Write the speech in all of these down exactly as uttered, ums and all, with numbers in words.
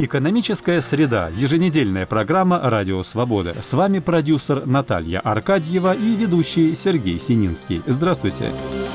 Экономическая среда. Еженедельная программа «Радио Свобода». С вами продюсер Наталья Аркадьева и ведущий Сергей Сининский. Здравствуйте.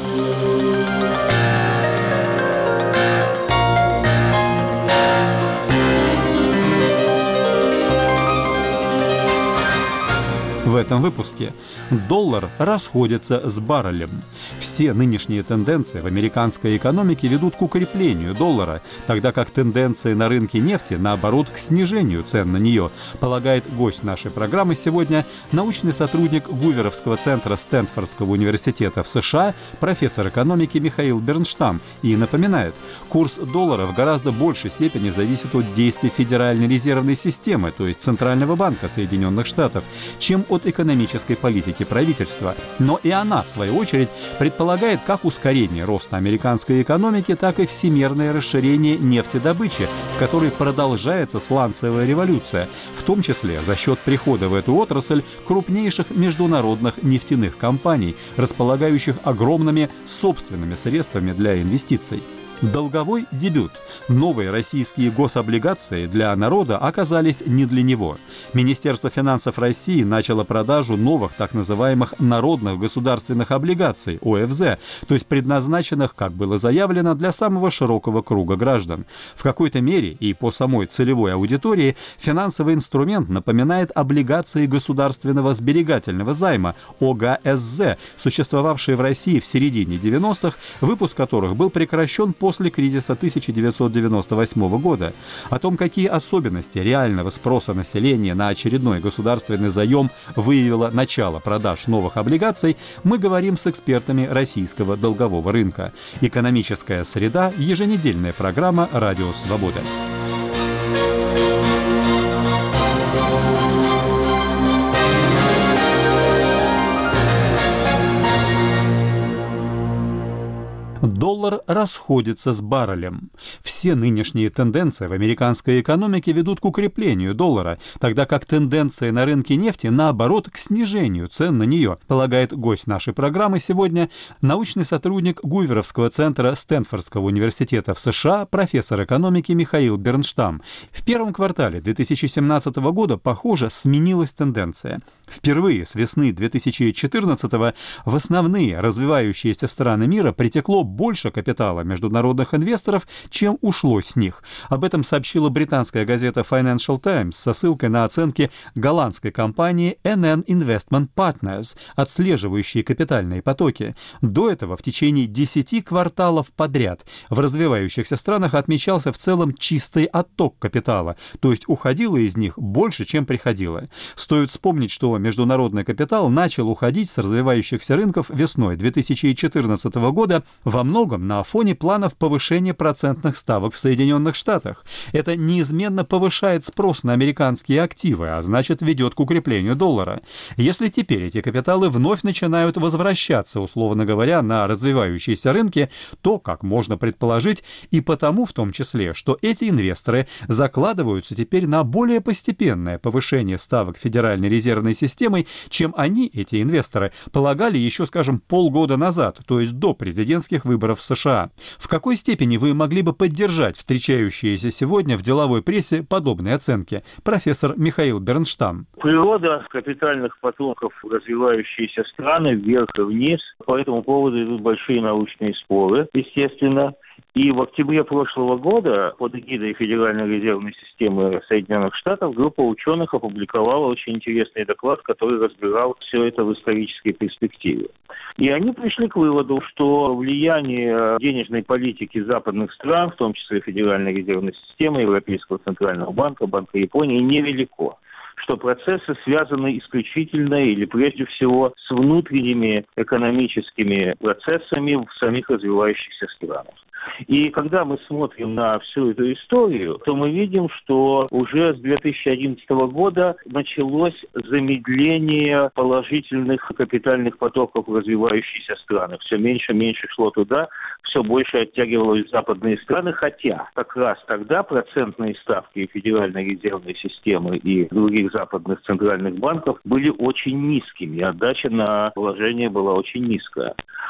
В этом выпуске доллар расходится с баррелем. Все нынешние тенденции в американской экономике ведут к укреплению доллара, тогда как тенденции на рынке нефти, наоборот, к снижению цен на нее, полагает гость нашей программы сегодня, научный сотрудник Гуверовского центра Стэнфордского университета в США, профессор экономики Михаил Бернштам, и напоминает, курс доллара в гораздо большей степени зависит от действий Федеральной резервной системы, то есть Центрального банка Соединенных Штатов, чем от экономической политики правительства. Но и она, в свою очередь, предполагает как ускорение роста американской экономики, так и всемирное расширение нефтедобычи, в которой продолжается сланцевая революция, в том числе за счет прихода в эту отрасль крупнейших международных нефтяных компаний, располагающих огромными собственными средствами для инвестиций. Долговой дебют. Новые российские гособлигации для народа оказались не для него. Министерство финансов России начало продажу новых так называемых народных государственных облигаций, о эф зэ, то есть предназначенных, как было заявлено, для самого широкого круга граждан. В какой-то мере и по самой целевой аудитории финансовый инструмент напоминает облигации государственного сберегательного займа, о гэ эс зэ, существовавшие в России в середине девяностых, выпуск которых был прекращен по после кризиса тысяча девятьсот девяносто восьмого года. О том, какие особенности реального спроса населения на очередной государственный заем выявило начало продаж новых облигаций, мы говорим с экспертами российского долгового рынка. Экономическая среда. Еженедельная программа «Радио Свобода». Доллар расходится с баррелем. Все нынешние тенденции в американской экономике ведут к укреплению доллара, тогда как тенденции на рынке нефти, наоборот, к снижению цен на нее, полагает гость нашей программы сегодня, научный сотрудник Гуверовского центра Стэнфордского университета в США, профессор экономики Михаил Бернштам. В первом квартале две тысячи семнадцатого года, похоже, сменилась тенденция. Впервые с весны две тысячи четырнадцатого в основные развивающиеся страны мира притекло больше капитала международных инвесторов, чем ушло с них. Об этом сообщила британская газета Financial Times со ссылкой на оценки голландской компании эн эн Investment Partners, отслеживающей капитальные потоки. До этого в течение десяти кварталов подряд в развивающихся странах отмечался в целом чистый отток капитала, то есть уходило из них больше, чем приходило. Стоит вспомнить, что международный капитал начал уходить с развивающихся рынков весной две тысячи четырнадцатого года во многом на фоне планов повышения процентных ставок в Соединенных Штатах. Это неизменно повышает спрос на американские активы, а значит ведет к укреплению доллара. Если теперь эти капиталы вновь начинают возвращаться, условно говоря, на развивающиеся рынки, то, как можно предположить, и потому в том числе, что эти инвесторы закладываются теперь на более постепенное повышение ставок Федеральной резервной системой, чем они, эти инвесторы, полагали еще, скажем, полгода назад, то есть до президентских выборов в США. В какой степени вы могли бы поддержать встречающиеся сегодня в деловой прессе подобные оценки? Профессор Михаил Бернштам. Природа капитальных потоков в развивающиеся страны вверх и вниз. По этому поводу идут большие научные споры, естественно. И в октябре прошлого года под эгидой Федеральной резервной системы Соединенных Штатов группа ученых опубликовала очень интересный доклад, который разбирал все это в исторической перспективе. И они пришли к выводу, что влияние денежной политики западных стран, в том числе Федеральной резервной системы, Европейского центрального банка, Банка Японии, невелико. Что процессы связаны исключительно или прежде всего с внутренними экономическими процессами в самих развивающихся странах. И когда мы смотрим на всю эту историю, то мы видим, что уже с две тысячи одиннадцатого года началось замедление положительных капитальных потоков в развивающиеся страны. Все меньше и меньше шло туда, все больше оттягивалось в западные страны, хотя как раз тогда процентные ставки Федеральной резервной системы и других западных центральных банков были очень низкими, отдача на вложения была очень низкая.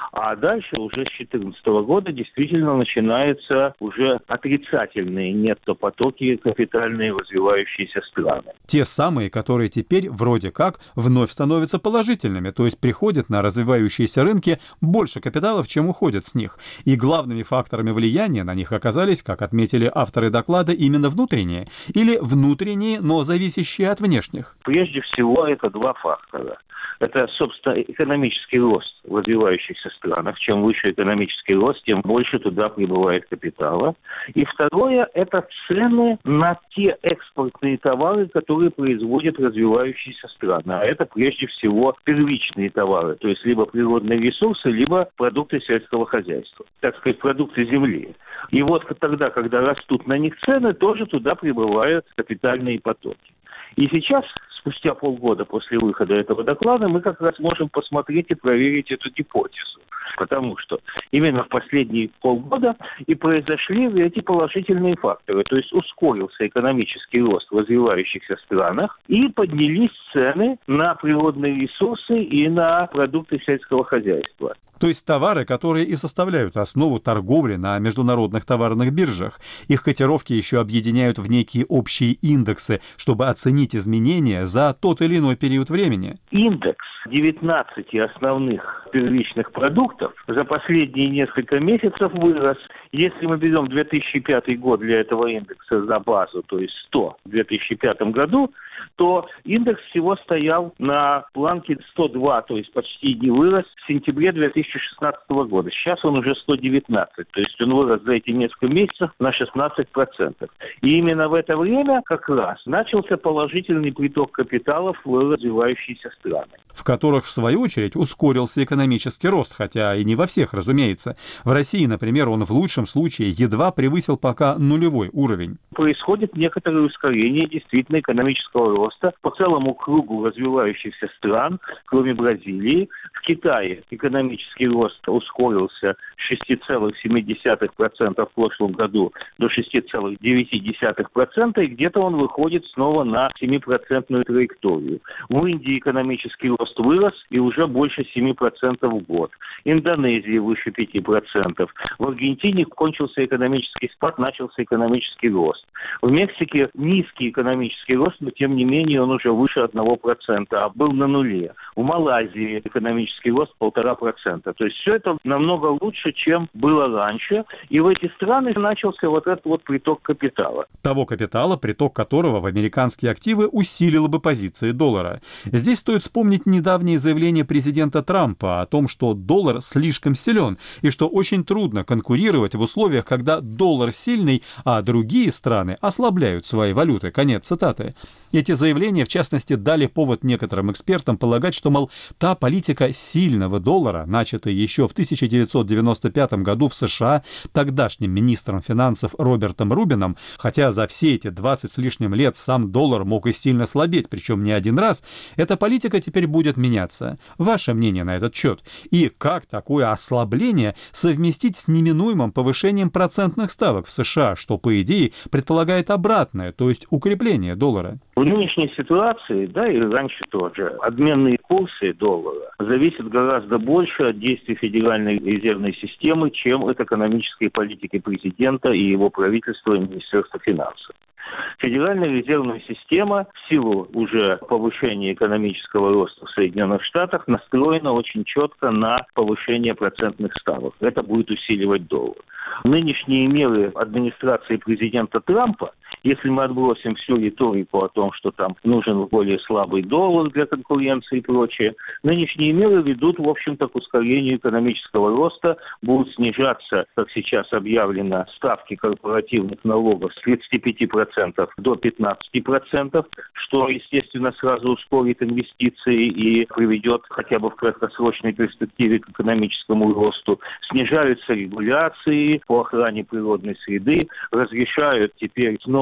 А дальше уже с две тысячи четырнадцатого года действительно начинаются уже отрицательные нетто-потоки капитальные в развивающиеся страны. Те самые, которые теперь вроде как вновь становятся положительными, то есть приходят на развивающиеся рынки больше капиталов, чем уходят с них. И главными факторами влияния на них оказались, как отметили авторы доклада, именно внутренние или внутренние, но зависящие от внешних. Прежде всего, это два фактора. Это, собственно, экономический рост в развивающихся странах. Чем выше экономический рост, тем больше туда прибывает капитала. И второе – это цены на те экспортные товары, которые производят развивающиеся страны. А это, прежде всего, первичные товары, то есть либо природные ресурсы, либо продукты сельского хозяйства, так сказать, продукты земли. И вот тогда, когда растут на них цены, тоже туда прибывают капитальные потоки. И сейчас, спустя полгода после выхода этого доклада, мы как раз можем посмотреть и проверить эту гипотезу. Потому что именно в последние полгода и произошли эти положительные факторы. То есть ускорился экономический рост в развивающихся странах и поднялись цены на природные ресурсы и на продукты сельского хозяйства. То есть товары, которые и составляют основу торговли на международных товарных биржах. Их котировки еще объединяют в некие общие индексы, чтобы оценить изменения за тот или иной период времени. Индекс девятнадцати основных первичных продуктов за последние несколько месяцев вырос. Если мы берем две тысячи пятый год для этого индекса за базу, то есть сто в две тысячи пятом году, то индекс всего стоял на планке сто два, то есть почти не вырос в сентябре две тысячи шестнадцатого года. Сейчас он уже сто девятнадцать, то есть он вырос за эти несколько месяцев на шестнадцать процентов. И именно в это время как раз начался положительный приток капиталов в развивающиеся страны, в которых, в свою очередь, ускорился экономический рост, хотя и не во всех, разумеется. В России, например, он в лучшем случае едва превысил пока нулевой уровень. Происходит некоторое ускорение действительно экономического роста по целому кругу развивающихся стран, кроме Бразилии. В Китае экономический рост ускорился с шести целых семи десятых процента в прошлом году до шести целых девяти десятых процента, и где-то он выходит снова на семипроцентную траекторию. В Индии экономический рост вырос и уже больше семи процентов в год. Индонезия выше пяти процентов. В Аргентине кончился экономический спад, начался экономический рост. В Мексике низкий экономический рост, но тем не менее он уже выше одного процента, а был на нуле. В Малайзии экономический рост полтора процента. То есть все это намного лучше, чем было раньше. И в эти страны начался вот этот вот приток капитала. Того капитала, приток которого в американские активы усилило бы позиции доллара. Здесь стоит вспомнить недавнее заявление президента Трампа о том, что доллар слишком силен и что очень трудно конкурировать в условиях, когда доллар сильный, а другие страны ослабляют свои валюты. Конец цитаты. Эти заявления, в частности, дали повод некоторым экспертам полагать, что, мол, та политика сильного доллара, начатая еще в тысяча девятьсот девяносто пятом году в США тогдашним министром финансов Робертом Рубином, хотя за все эти двадцать с лишним лет сам доллар мог и сильно слабеть, причем не один раз, эта политика теперь будет меняться. Ваше мнение на этот счет? И как такое ослабление совместить с неминуемым повышением процентных ставок в США, что, по идее, предполагает обратное, то есть укрепление доллара? В нынешней ситуации, да и раньше тоже, обменные курсы доллара зависят гораздо больше от действий Федеральной резервной системы, чем от экономической политики президента и его правительства и Министерства финансов. Федеральная резервная система в силу уже повышения экономического роста в Соединенных Штатах настроена очень четко на повышение процентных ставок. Это будет усиливать доллар. Нынешние меры администрации президента Трампа, если мы отбросим всю риторику о том, что там нужен более слабый доллар для конкуренции и прочее, нынешние меры ведут, в общем-то, к ускорению экономического роста, будут снижаться, как сейчас объявлено, ставки корпоративных налогов с тридцати пяти процентов до пятнадцати процентов, что, естественно, сразу ускорит инвестиции и приведет хотя бы в краткосрочной перспективе к экономическому росту. Снижаются регуляции по охране природной среды, разрешают теперь снова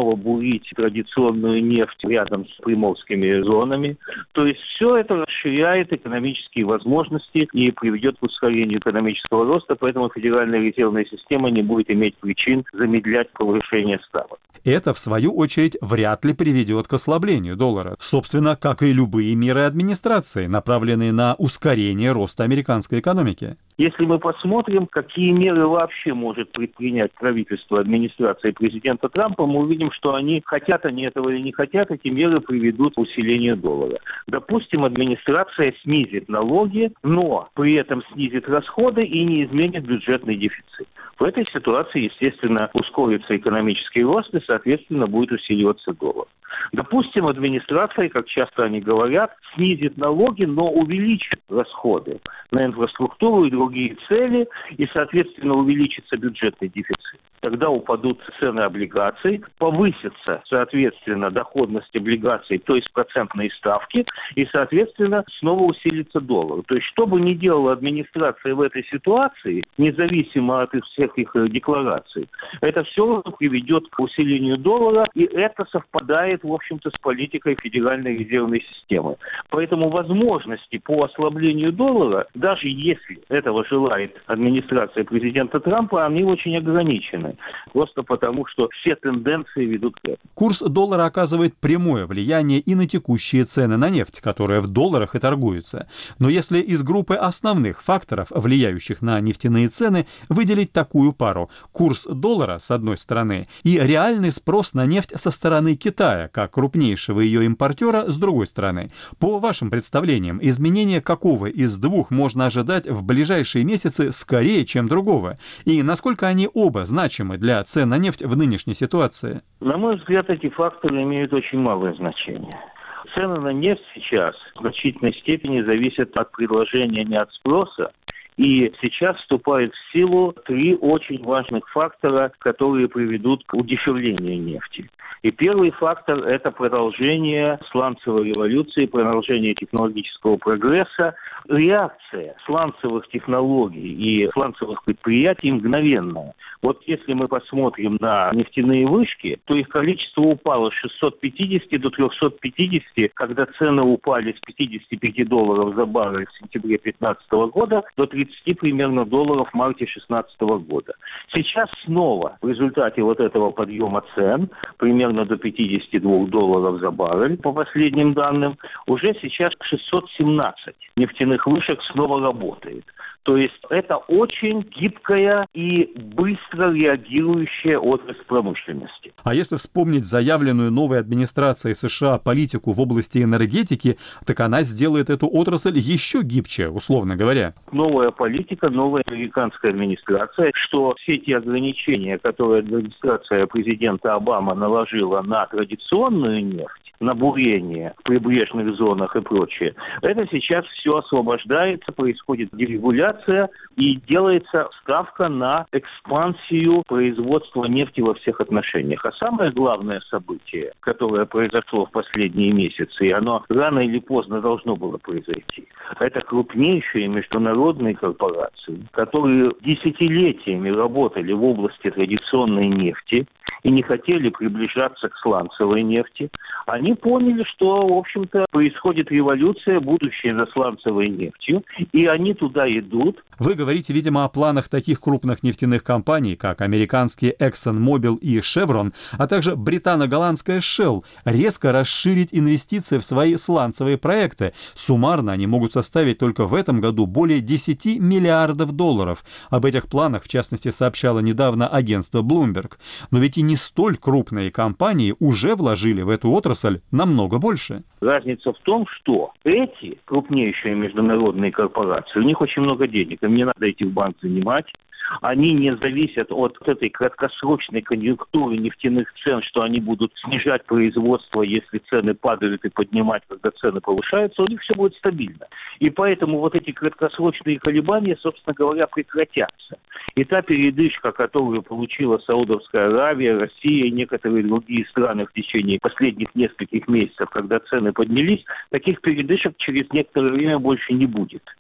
снова бурить традиционную нефть рядом с приморскими зонами. То есть все это расширяет экономические возможности и приведет к ускорению экономического роста, поэтому Федеральная резервная система не будет иметь причин замедлять повышение ставок. Это, в свою очередь, вряд ли приведет к ослаблению доллара. Собственно, как и любые меры администрации, направленные на ускорение роста американской экономики. Если мы посмотрим, какие меры вообще может предпринять правительство, администрация президента Трампа, мы увидим, что они, хотят они этого или не хотят, эти меры приведут к усилению доллара. Допустим, администрация снизит налоги, но при этом снизит расходы и не изменит бюджетный дефицит. В этой ситуации, естественно, ускорится экономический рост и, соответственно, будет усиливаться доллар. Допустим, администрация, как часто они говорят, снизит налоги, но увеличит расходы на инфраструктуру и другие цели, и, соответственно, увеличится бюджетный дефицит. Тогда упадут цены облигаций, повысится, соответственно, доходность облигаций, то есть процентные ставки, и, соответственно, снова усилится доллар. То есть, что бы ни делала администрация в этой ситуации, независимо от их всех их деклараций, это все равно приведет к усилению доллара, и это совпадает, в общем-то, с политикой Федеральной резервной системы. Поэтому возможности по ослаблению доллара, даже если этого желает администрация президента Трампа, они очень ограничены. Просто потому, что все тенденции ведут к этому. Курс доллара оказывает прямое влияние и на текущие цены на нефть, которые в долларах и торгуются. Но если из группы основных факторов, влияющих на нефтяные цены, выделить такую пару – курс доллара с одной стороны и реальный спрос на нефть со стороны Китая, как крупнейшего ее импортера, с другой стороны. По вашим представлениям, изменения какого из двух можно ожидать в ближайшие месяцы скорее, чем другого? И насколько они оба значимы для цен на нефть в нынешней ситуации? На мой взгляд, эти факторы имеют очень малое значение. Цены на нефть сейчас в значительной степени зависят от предложения, не от спроса. И сейчас вступают в силу три очень важных фактора, которые приведут к удешевлению нефти. И первый фактор – это продолжение сланцевой революции, продолжение технологического прогресса. Реакция сланцевых технологий и сланцевых предприятий мгновенная. Вот если мы посмотрим на нефтяные вышки, то их количество упало с шестисот пятидесяти до трехсот пятидесяти, когда цены упали с пятидесяти пяти долларов за баррель в сентябре две тысячи пятнадцатого года до тридцати примерно долларов в марте две тысячи шестнадцатого года. Сейчас снова в результате вот этого подъема цен, примерно до пятидесяти двух долларов за баррель, по последним данным, уже сейчас шестьсот семнадцать нефтяных вышек снова работает. То есть это очень гибкая и быстро реагирующая отрасль промышленности. А если вспомнить заявленную новой администрацией США политику в области энергетики, так она сделает эту отрасль еще гибче, условно говоря. Новая политика, новая американская администрация, что все эти ограничения, которые администрация президента Обамы наложила на традиционную нефть, на бурение в прибрежных зонах и прочее, это сейчас все освобождается, происходит дерегуляция и делается ставка на экспансию производства нефти во всех отношениях. А самое главное событие, которое произошло в последние месяцы, и оно рано или поздно должно было произойти, это крупнейшие международные корпорации, которые десятилетиями работали в области традиционной нефти и не хотели приближаться к сланцевой нефти. Они поняли, что, в общем-то, происходит революция, будущее за сланцевой нефтью, и они туда идут. Вы говорите, видимо, о планах таких крупных нефтяных компаний, как американские ExxonMobil и Chevron, а также британо-голландская Shell, резко расширить инвестиции в свои сланцевые проекты. Суммарно они могут составить только в этом году более десяти миллиардов долларов. Об этих планах, в частности, сообщало недавно агентство Bloomberg. Но ведь и не столь крупные компании уже вложили в эту отрасль намного больше. Разница в том, что эти крупнейшие международные корпорации, у них очень много денег, им не надо идти в банк занимать. Они не зависят от этой краткосрочной конъюнктуры нефтяных цен, что они будут снижать производство, если цены падают, и поднимать, когда цены повышаются, у них все будет стабильно. И поэтому вот эти краткосрочные колебания, собственно говоря, прекратятся. И та передышка, которую получила Саудовская Аравия, Россия и некоторые другие страны в течение последних нескольких месяцев, когда цены поднялись, таких передышек через некоторое время больше не будет.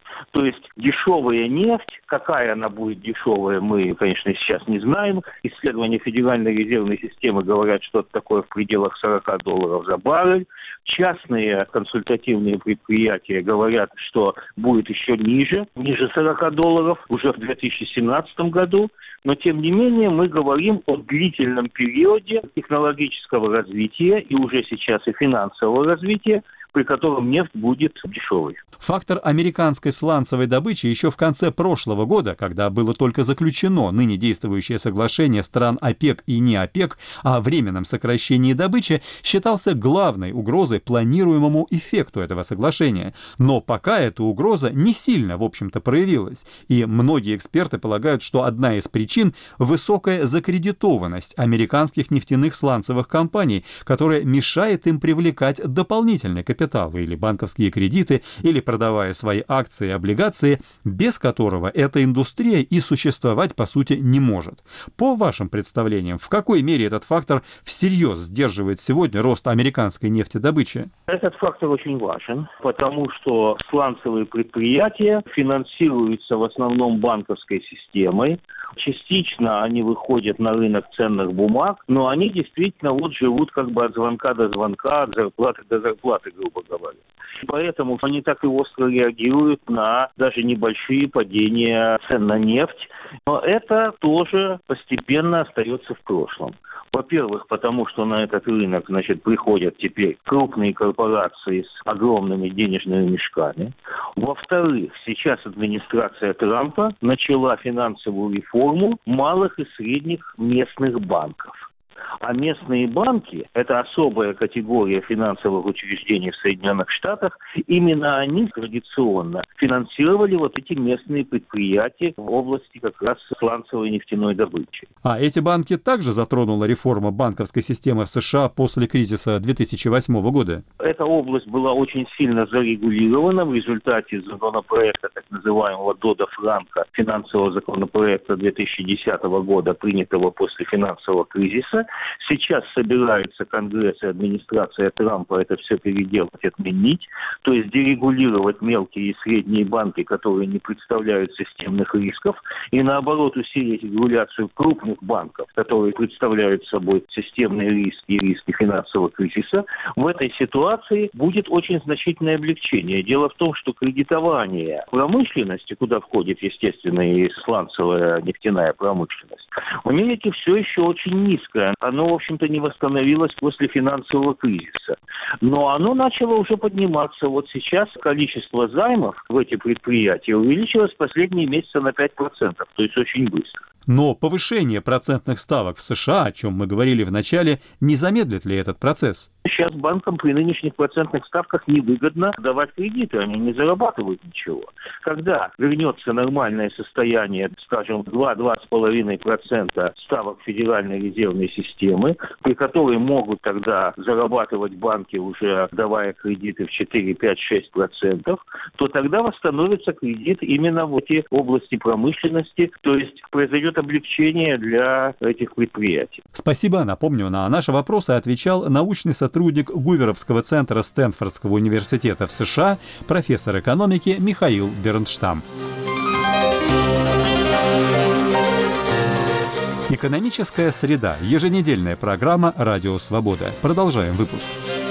То есть дешевая нефть, какая она будет дешевая, мы, конечно, сейчас не знаем. Исследования Федеральной резервной системы говорят, что это такое в пределах сорок долларов за баррель. Частные консультативные предприятия говорят, что будет еще ниже, ниже сорок долларов уже в две тысячи семнадцатом году. Но, тем не менее, мы говорим о длительном периоде технологического развития и уже сейчас и финансового развития, при котором нефть будет дешевой. Фактор американской сланцевой добычи еще в конце прошлого года, когда было только заключено ныне действующее соглашение стран ОПЕК и не ОПЕК о временном сокращении добычи, считался главной угрозой планируемому эффекту этого соглашения. Но пока эта угроза не сильно, в общем-то, проявилась. И многие эксперты полагают, что одна из причин – высокая закредитованность американских нефтяных сланцевых компаний, которая мешает им привлекать дополнительный капитал. Капиталы или банковские кредиты, или продавая свои акции и облигации, без которого эта индустрия и существовать, по сути, не может. По вашим представлениям, в какой мере этот фактор всерьез сдерживает сегодня рост американской нефтедобычи? Этот фактор очень важен, потому что сланцевые предприятия финансируются в основном банковской системой. Частично они выходят на рынок ценных бумаг, но они действительно вот живут как бы от звонка до звонка, от зарплаты до зарплаты, грубо говоря. Поэтому они так и остро реагируют на даже небольшие падения цен на нефть. Но это тоже постепенно остается в прошлом. Во-первых, потому что на этот рынок, значит, приходят теперь крупные корпорации с огромными денежными мешками. Во-вторых, сейчас администрация Трампа начала финансовую реформу малых и средних местных банков. А местные банки – это особая категория финансовых учреждений в Соединенных Штатах. Именно они традиционно финансировали вот эти местные предприятия в области как раз сланцевой нефтяной добычи. А эти банки также затронула реформа банковской системы в США после кризиса две тысячи восьмого года? Эта область была очень сильно зарегулирована в результате законопроекта, так называемого Додо-Франка, финансового законопроекта две тысячи десятого года, принятого после финансового кризиса. Сейчас собирается Конгресс и администрация Трампа это все переделать, отменить, то есть дерегулировать мелкие и средние банки, которые не представляют системных рисков, и наоборот усилить регуляцию крупных банков, которые представляют собой системные риски и риски финансового кризиса. В этой ситуации будет очень значительное облегчение. Дело в том, что кредитование промышленности, куда входит, естественно, и сланцевая нефтяная промышленность, в Америке все еще очень низкое. Оно, в общем-то, не восстановилось после финансового кризиса. Но оно начало уже подниматься. Вот сейчас количество займов в эти предприятия увеличилось в последние месяцы на пять процентов, то есть очень быстро. Но повышение процентных ставок в США, о чем мы говорили в начале, не замедлит ли этот процесс? Сейчас банкам при нынешних процентных ставках невыгодно давать кредиты, они не зарабатывают ничего. Когда вернется нормальное состояние, скажем, два-два с половиной процента ставок Федеральной резервной системы, при которой могут тогда зарабатывать банки, уже давая кредиты в четыре, пять, шесть процентов, то тогда восстановится кредит именно в эти области промышленности, то есть произойдет облегчение для этих предприятий. Спасибо. Напомню, на наши вопросы отвечал научный сотрудник Гуверовского центра Стэнфордского университета в США, профессор экономики Михаил Бернштам. Экономическая среда. Еженедельная программа «Радио Свобода». Продолжаем выпуск.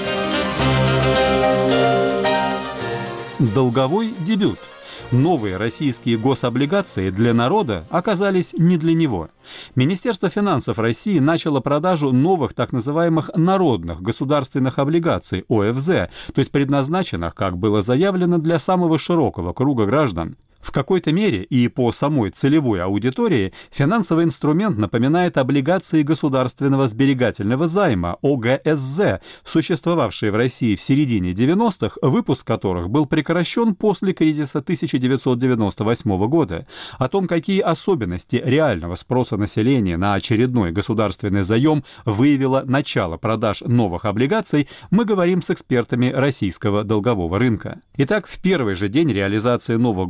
Долговой дебют. Новые российские гособлигации для народа оказались не для него. Министерство финансов России начало продажу новых так называемых народных государственных облигаций о эф зэ, то есть предназначенных, как было заявлено, для самого широкого круга граждан. В какой-то мере и по самой целевой аудитории финансовый инструмент напоминает облигации государственного сберегательного займа о гэ эс зэ, существовавшие в России в середине девяностых, выпуск которых был прекращен после кризиса тысяча девятьсот девяносто восьмого года. О том, какие особенности реального спроса населения на очередной государственный заем выявило начало продаж новых облигаций, мы говорим с экспертами российского долгового рынка. Итак, в первый же день реализации новых гособлигаций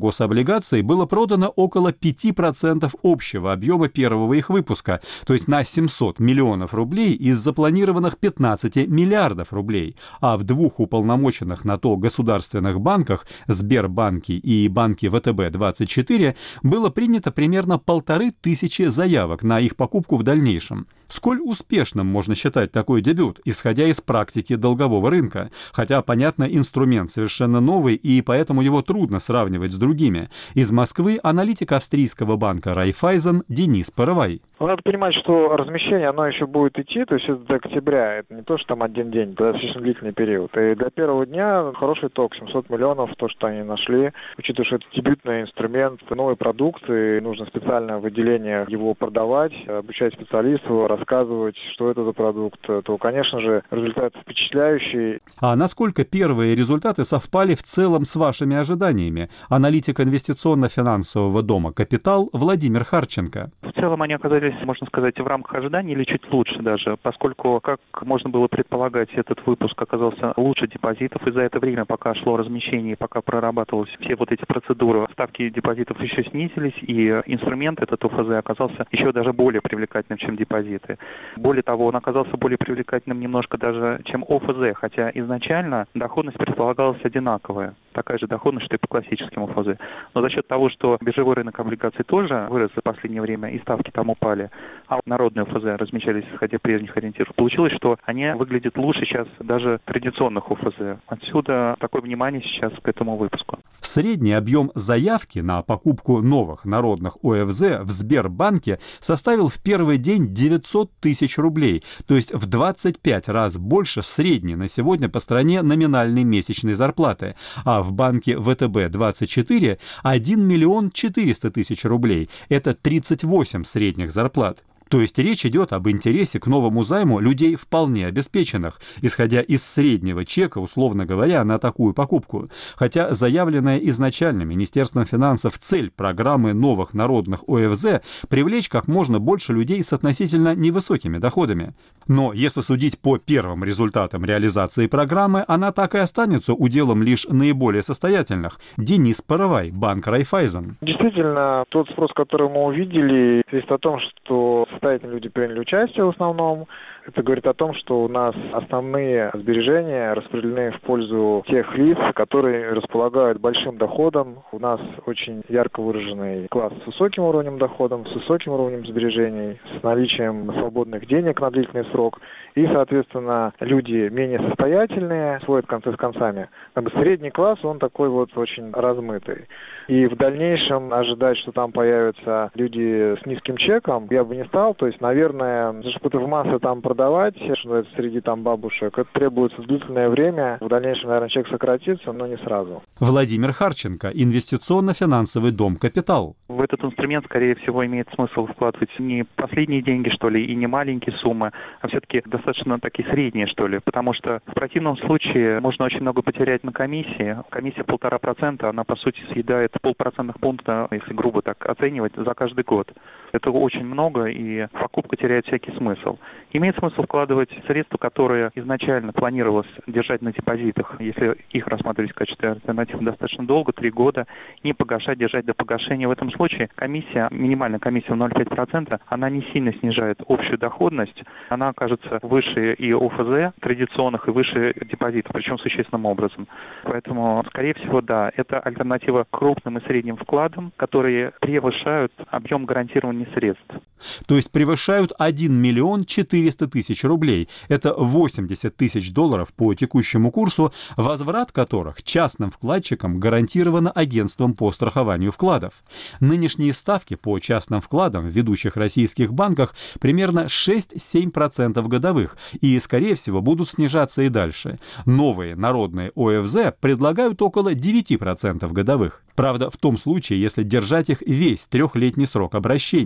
облигаций было продано около пяти процентов общего объема первого их выпуска, то есть на семьсот миллионов рублей из запланированных пятнадцати миллиардов рублей, а в двух уполномоченных на то государственных банках Сбербанке и банке вэ тэ бэ двадцать четыре было принято примерно полторы тысячи заявок на их покупку в дальнейшем. Сколь успешным можно считать такой дебют, исходя из практики долгового рынка? Хотя, понятно, инструмент совершенно новый, и поэтому его трудно сравнивать с другими. Из Москвы аналитик австрийского банка Райффайзен Денис Паровай. Надо понимать, что размещение, оно еще будет идти, то есть это до октября, это не то, что там один день, это достаточно длительный период. И для первого дня хороший ток, семьсот миллионов, то, что они нашли, учитывая, что это дебютный инструмент, новый продукт, и нужно специальное выделение его продавать, обучать специалистов, рассказывать, что это за продукт, то, конечно же, результат впечатляющий. А насколько первые результаты совпали в целом с вашими ожиданиями? Аналитик инвестиционно-финансового дома «Капитал» Владимир Харченко. В целом они оказались, можно сказать, в рамках ожиданий или чуть лучше даже, поскольку, как можно было предполагать, этот выпуск оказался лучше депозитов, и за это время, пока шло размещение, пока прорабатывались все вот эти процедуры, ставки депозитов еще снизились, и инструмент, этот о эф зэ, оказался еще даже более привлекательным, чем депозиты. Более того, он оказался более привлекательным немножко даже, чем о эф зэ, хотя изначально доходность предполагалась одинаковая, такая же доходность, что и по классическим о эф зэ. Но за счет того, что биржевой рынок облигаций тоже вырос за последнее время, и ставки там упали, а народные о эф зэ размещались исходя прежних ориентиров, получилось, что они выглядят лучше сейчас даже традиционных о эф зэ. Отсюда такое внимание сейчас к этому выпуску. Средний объем заявки на покупку новых народных о эф зэ в Сбербанке составил в первый день девятьсот тысяч рублей, то есть в двадцать пять раз больше средней на сегодня по стране номинальной месячной зарплаты, а в банке вэ тэ бэ двадцать четыре один миллион четыреста тысяч рублей, это тридцать восемь средних зарплат. То есть речь идет об интересе к новому займу людей вполне обеспеченных, исходя из среднего чека, условно говоря, на такую покупку. Хотя заявленная изначально Министерством финансов цель программы новых народных о эф зэ – привлечь как можно больше людей с относительно невысокими доходами. Но если судить по первым результатам реализации программы, она так и останется уделом лишь наиболее состоятельных. Денис Паровай, банк Райффайзен. Действительно, тот спрос, который мы увидели, свидетельствует о том, что состоятельные люди приняли участие в основном. Это говорит о том, что у нас основные сбережения распределены в пользу тех лиц, которые располагают большим доходом. У нас очень ярко выраженный класс с высоким уровнем дохода, с высоким уровнем сбережений, с наличием свободных денег на длительный срок. И, соответственно, люди менее состоятельные сводят концы с концами. Как бы средний класс, он такой вот очень размытый. И в дальнейшем ожидать, что там появятся люди с низким чеком, я бы не стал. То есть, наверное, чтобы в массы там продавать, что это среди там бабушек, это требуется длительное время. В дальнейшем, наверное, чек сократится, но не сразу. Владимир Харченко, инвестиционно-финансовый дом «Капитал». В этот инструмент, скорее всего, имеет смысл вкладывать не последние деньги, что ли, и не маленькие суммы, а все-таки достаточно такие средние, что ли, потому что в противном случае можно очень много потерять на комиссии. Комиссия полтора процента, она, по сути, съедает полпроцентных пункта, если грубо так оценивать, за каждый год. Это очень много, и покупка теряет всякий смысл. Имеет смысл вкладывать средства, которые изначально планировалось держать на депозитах, если их рассматривать в качестве альтернативы достаточно долго, три года, не погашать, держать до погашения. В этом случае комиссия, минимальная комиссия в ноль целых пять десятых процента, она не сильно снижает общую доходность, она окажется выше и о эф зэ традиционных, и выше депозитов, причем существенным образом. Поэтому, скорее всего, да, это альтернатива крупным и средним вкладам, которые превышают объем гарантирования средств. То есть превышают один миллион четыреста тысяч рублей. Это восемьдесят тысяч долларов по текущему курсу, возврат которых частным вкладчикам гарантировано агентством по страхованию вкладов. Нынешние ставки по частным вкладам в ведущих российских банках примерно шесть-семь процентов годовых и, скорее всего, будут снижаться и дальше. Новые народные о эф зэ предлагают около девять процентов годовых. Правда, в том случае, если держать их весь трехлетний срок обращения.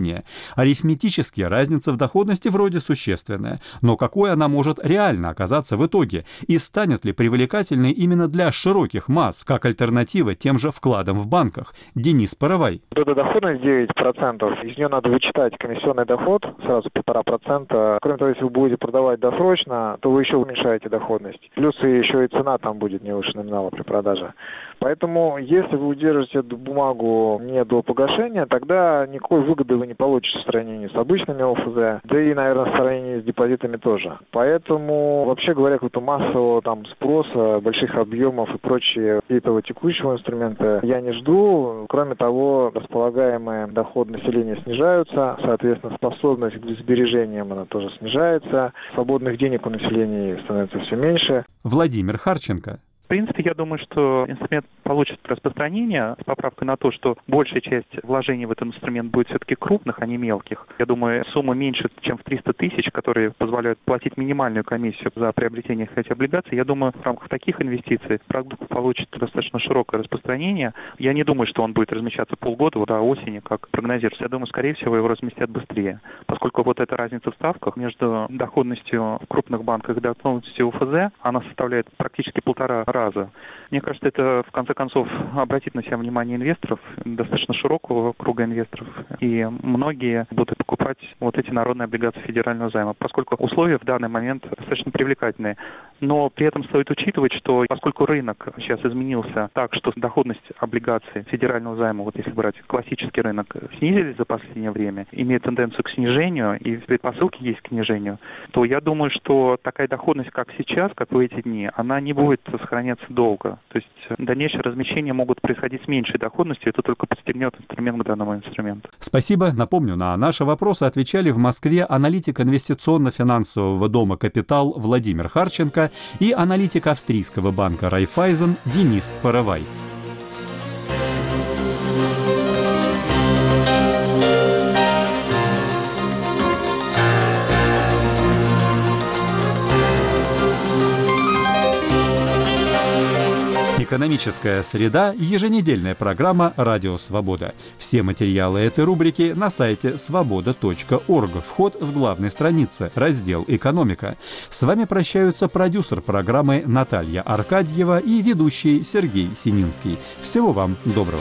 населения. Арифметически разница в доходности вроде существенная, но какой она может реально оказаться в итоге? И станет ли привлекательной именно для широких масс, как альтернатива тем же вкладам в банках? Денис Паровай. Вот эта доходность девять процентов, из нее надо вычитать комиссионный доход, сразу полтора процента. Кроме того, если вы будете продавать досрочно, то вы еще уменьшаете доходность. Плюс и еще и цена там будет не выше номинала при продаже. Поэтому, если вы удержите эту бумагу не до погашения, тогда никакой выгоды вы не получите в сравнении с обычными ОФЗ, да и, наверное, в сравнении с депозитами тоже. Поэтому, вообще говоря, какого-то массового там спроса, больших объемов и прочие этого текущего инструмента я не жду. Кроме того, располагаемые доходы населения снижаются, соответственно, способность к сбережениям она тоже снижается, свободных денег у населения становится все меньше. Владимир Харченко. В принципе, я думаю, что инструмент получит распространение с поправкой на то, что большая часть вложений в этот инструмент будет все-таки крупных, а не мелких. Я думаю, сумма меньше, чем в триста тысяч, которые позволяют платить минимальную комиссию за приобретение этих облигаций. Я думаю, в рамках таких инвестиций продукт получит достаточно широкое распространение. Я не думаю, что он будет размещаться полгода до осени, как прогнозируется. Я думаю, скорее всего, его разместят быстрее, поскольку вот эта разница в ставках между доходностью в крупных банках и доходностью ОФЗ, она составляет практически полтора раза. Мне кажется, это, в конце концов, обратит на себя внимание инвесторов, достаточно широкого круга инвесторов, и многие будут покупать вот эти народные облигации федерального займа, поскольку условия в данный момент достаточно привлекательные. Но при этом стоит учитывать, что поскольку рынок сейчас изменился так, что доходность облигаций федерального займа, вот если брать классический рынок, снизились за последнее время, имеет тенденцию к снижению, и предпосылки есть к снижению, то я думаю, что такая доходность, как сейчас, как в эти дни, она не будет сохраняться долго. То есть дальнейшее размещение могут происходить с меньшей доходностью, это только подстегнет инструмент к данному инструменту. Спасибо. Напомню, на наши вопросы отвечали в Москве аналитик инвестиционно-финансового дома «Капитал» Владимир Харченко и аналитик австрийского банка «Райффайзен» Денис Паровай. Экономическая среда – еженедельная программа «Радио Свобода». Все материалы этой рубрики на сайте свобода точка орг. Вход с главной страницы, раздел «Экономика». С вами прощаются продюсер программы Наталья Аркадьева и ведущий Сергей Сининский. Всего вам доброго.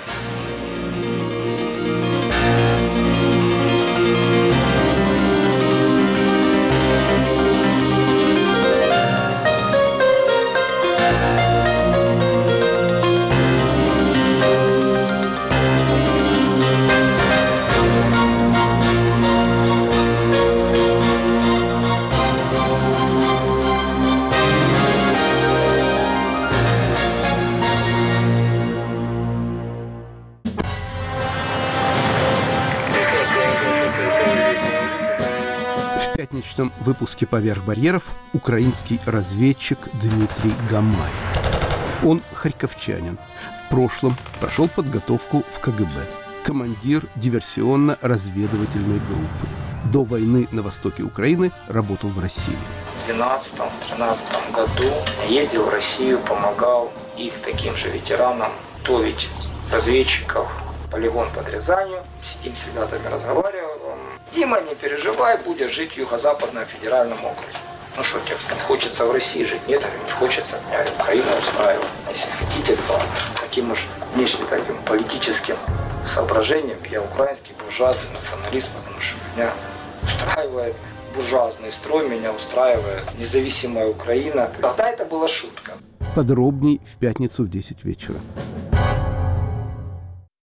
В пятничном выпуске «Поверх барьеров» украинский разведчик Дмитрий Гамай. Он харьковчанин. В прошлом прошел подготовку в ка гэ бэ. Командир диверсионно-разведывательной группы. До войны на востоке Украины работал в России. В две тысячи двенадцатом-тринадцатом году ездил в Россию, помогал их таким же ветеранам готовить разведчиков. Полигон под Рязанью. Сидим с ребятами, разговариваем. Дима, не переживай, будешь жить в Юго-Западном федеральном округе. Ну что, тебе хочется в России жить? Нет, не хочется. Меня Украина устраивает. Если хотите, то таким уж внешне таким политическим соображением я украинский буржуазный националист, потому что меня устраивает буржуазный строй, меня устраивает независимая Украина. Тогда это была шутка. Подробней в пятницу в десять вечера.